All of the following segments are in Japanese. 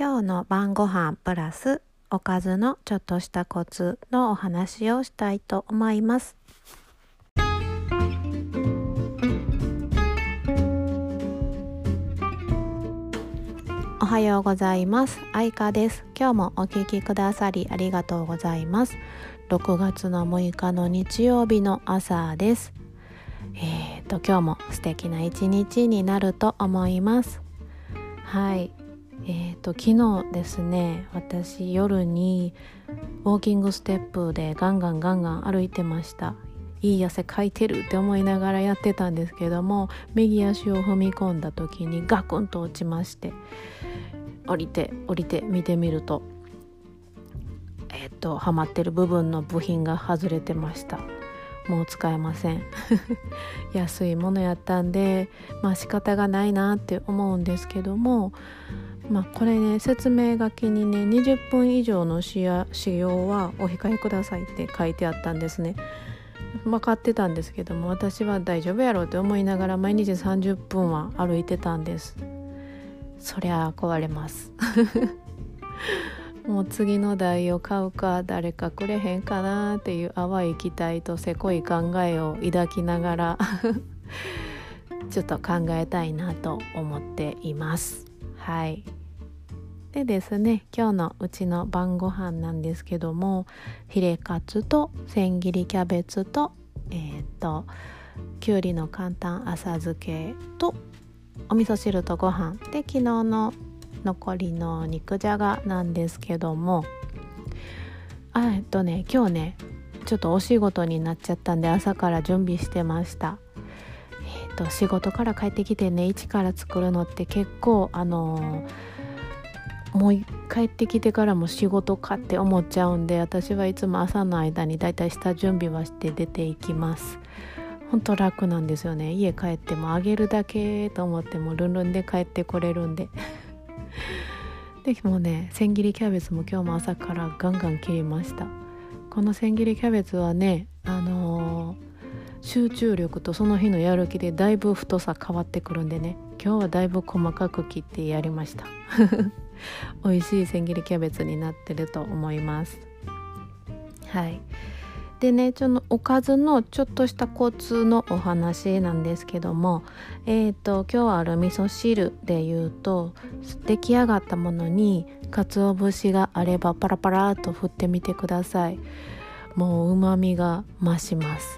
今日の晩ご飯プラスおかずのちょっとしたコツのお話をしたいと思います。おはようございます。愛花です。今日もお聞きくださりありがとうございます。6月の6日の日曜日の朝です。今日も素敵な一日になると思います。はい。昨日ですね、私夜にウォーキングステップでガンガン歩いてました。いい汗かいてるって思いながらやってたんですけども、右足を踏み込んだ時にガクンと落ちまして、降りて見てみるとはまってる部分の部品が外れてました。もう使えません安いものやったんで仕方がないなって思うんですけども、これね、説明書きにね、20分以上の使用はお控えくださいって書いてあったんですね。分かってたんですけども、私は大丈夫やろうって思いながら毎日30分は歩いてたんです。そりゃ壊れますもう次の台を買うか誰かくれへんかなっていう淡い期待とせこい考えを抱きながらちょっと考えたいなと思っています。はい。でですね、今日のうちの晩ご飯なんですけども、ヒレカツと千切りキャベツときゅうりの簡単浅漬けとお味噌汁とご飯で、昨日の残りの肉じゃがなんですけども、今日ねちょっとお仕事になっちゃったんで朝から準備してました。仕事から帰ってきてね、一から作るのって結構もう帰ってきてからも仕事かって思っちゃうんで、私はいつも朝の間にだいたい下準備はして出ていきます。ほんと楽なんですよね。家帰ってもあげるだけと思ってもルンルンで帰ってこれるんででもね、千切りキャベツも今日も朝からガンガン切りました。この千切りキャベツはね、集中力とその日のやる気でだいぶ太さ変わってくるんでね、今日はだいぶ細かく切ってやりました美味しい千切りキャベツになってると思います。はい。でね、おかずのちょっとしたコツのお話なんですけども、今日ある味噌汁で言うと、出来上がったものに鰹節があればパラパラっと振ってみてください。もう旨味が増します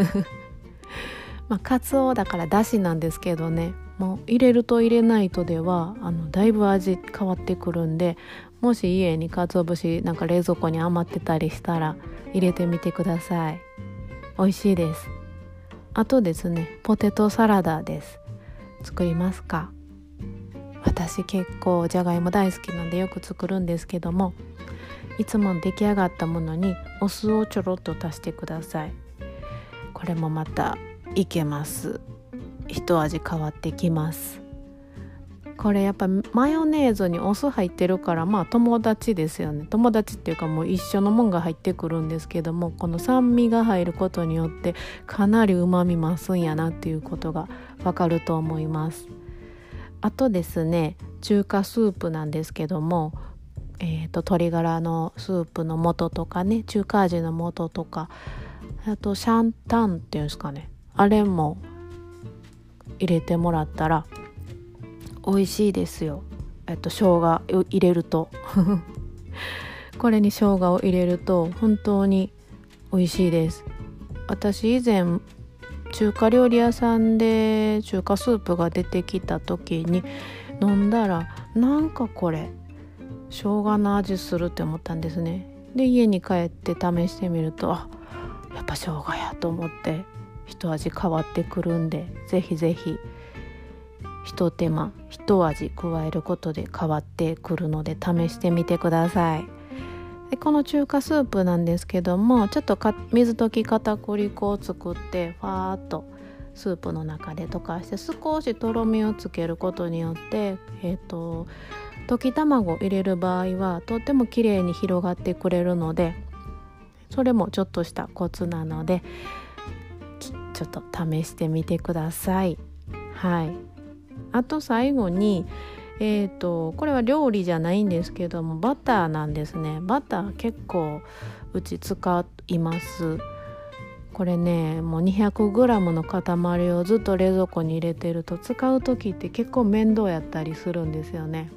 鰹だからだしなんですけどね、もう入れると入れないとではだいぶ味変わってくるんで、もし家に鰹節なんか冷蔵庫に余ってたりしたら入れてみてください。美味しいです。あとですね、ポテトサラダです。作りますか？私結構じゃがいも大好きなんでよく作るんですけども、いつも出来上がったものにお酢をちょろっと足してください。これもまたいけます。一味変わってきます。これやっぱマヨネーズにお酢入ってるから友達ですよね。友達っていうかもう一緒のもんが入ってくるんですけども、この酸味が入ることによってかなり旨味増すんやなっていうことがわかると思います。あとですね、中華スープなんですけども、鶏ガラのスープの素とかね、中華味の素とか、あとシャンタンっていうんですかね、あれも入れてもらったら美味しいですよ。生姜を入れるとこれに生姜を入れると本当に美味しいです。私以前中華料理屋さんで中華スープが出てきた時に飲んだら、なんかこれ生姜の味するって思ったんですね。で家に帰って試してみると、やっぱ生姜やと思って一味変わってくるんで、ぜひぜひ一手間一味加えることで変わってくるので試してみてください。でこの中華スープなんですけども、ちょっと水溶き片栗粉を作ってファーっとスープの中で溶かして少しとろみをつけることによって溶き卵を入れる場合はとっても綺麗に広がってくれるので、それもちょっとしたコツなのでちょっと試してみてください。はい。あと最後にこれは料理じゃないんですけども、バターなんですね。バター結構うち使います。これね、もう 200g の塊をずっと冷蔵庫に入れてると、使う時って結構面倒やったりするんですよね。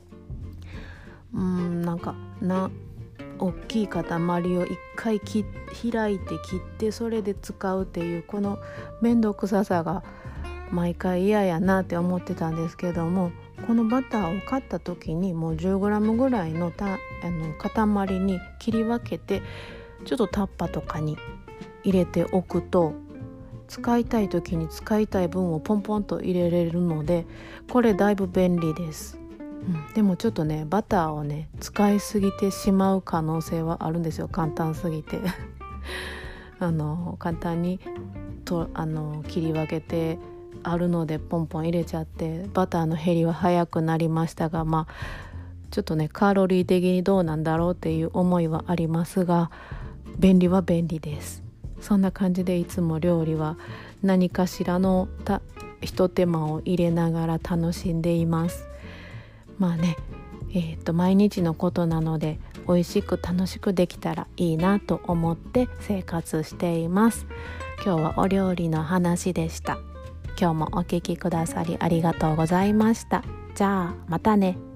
大きい塊を一回開いて切って、それで使うっていうこの面倒くささが毎回嫌やなって思ってたんですけども、このバターを買った時にもう 10g ぐらいの塊に切り分けて、ちょっとタッパとかに入れておくと、使いたい時に使いたい分をポンポンと入れれるので、これだいぶ便利です。でもちょっとね、バターをね使いすぎてしまう可能性はあるんですよ。簡単すぎて簡単に切り分けてあるのでポンポン入れちゃって、バターの減りは早くなりましたが、ちょっとねカロリー的にどうなんだろうっていう思いはありますが、便利は便利です。そんな感じでいつも料理は何かしらのひと手間を入れながら楽しんでいます。毎日のことなので、美味しく楽しくできたらいいなと思って生活しています。今日はお料理の話でした。今日もお聞きくださりありがとうございました。じゃあまたね。